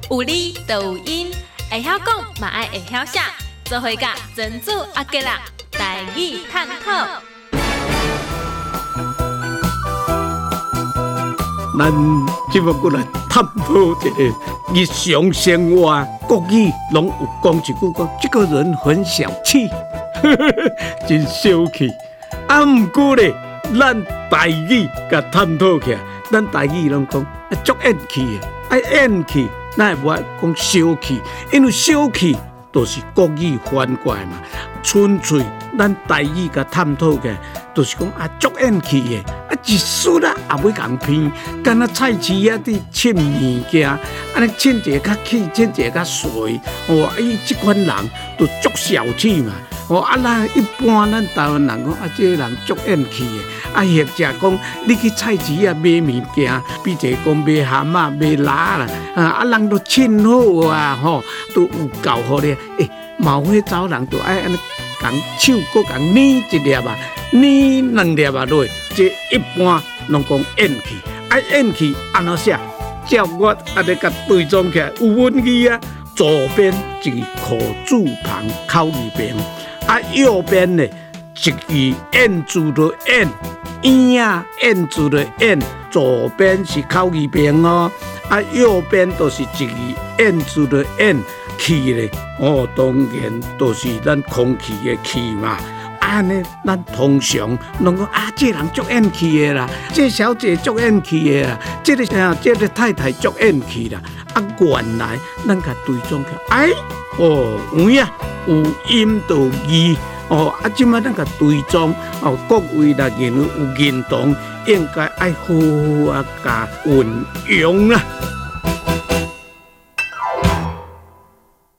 有理就有因，会晓讲嘛爱会晓写，做伙甲珍珠阿吉啦，台语探讨。 咱即要过来探讨一个日常生活国语，拢有讲一句讲，这个人很小气，真小气。啊，毋过咧，咱台语甲探讨起来，咱台语拢讲足演气的，爱演气，咱会无爱讲小气，因为小气就是国语翻过来嘛。纯粹咱台语甲探讨起来，就是讲足演气的，一输也要共骗，敢若菜市仔伫凊物件，安尼凊一个较气，凊一个较衰，伊即款人就足小气嘛。咱一般咱台湾人讲这个人足演气的，或者讲你去菜市仔买物件，比一个讲买蛤蟆、买鸭啦，人都凊好啊，都有够好咧。毛火走人就爱安尼，共手搁共捏一粒啊，捏两粒啊落，这一般拢讲演气。演气安怎写？照我安尼甲对装起来，有文字啊，左边一个口字旁口字边，右边呢一个演字的演，演字的演，左边是口字边哦，右边都是一个演字的演。气咧，当然都是咱空气的气嘛。安尼，咱通常拢讲这人足演气的啦，这小姐足演气的啦，这个太太足演气啦。原来咱甲对撞起来，有影有音有义即摆咱甲对撞各位若认为有认同，应该爱好好甲运用啦。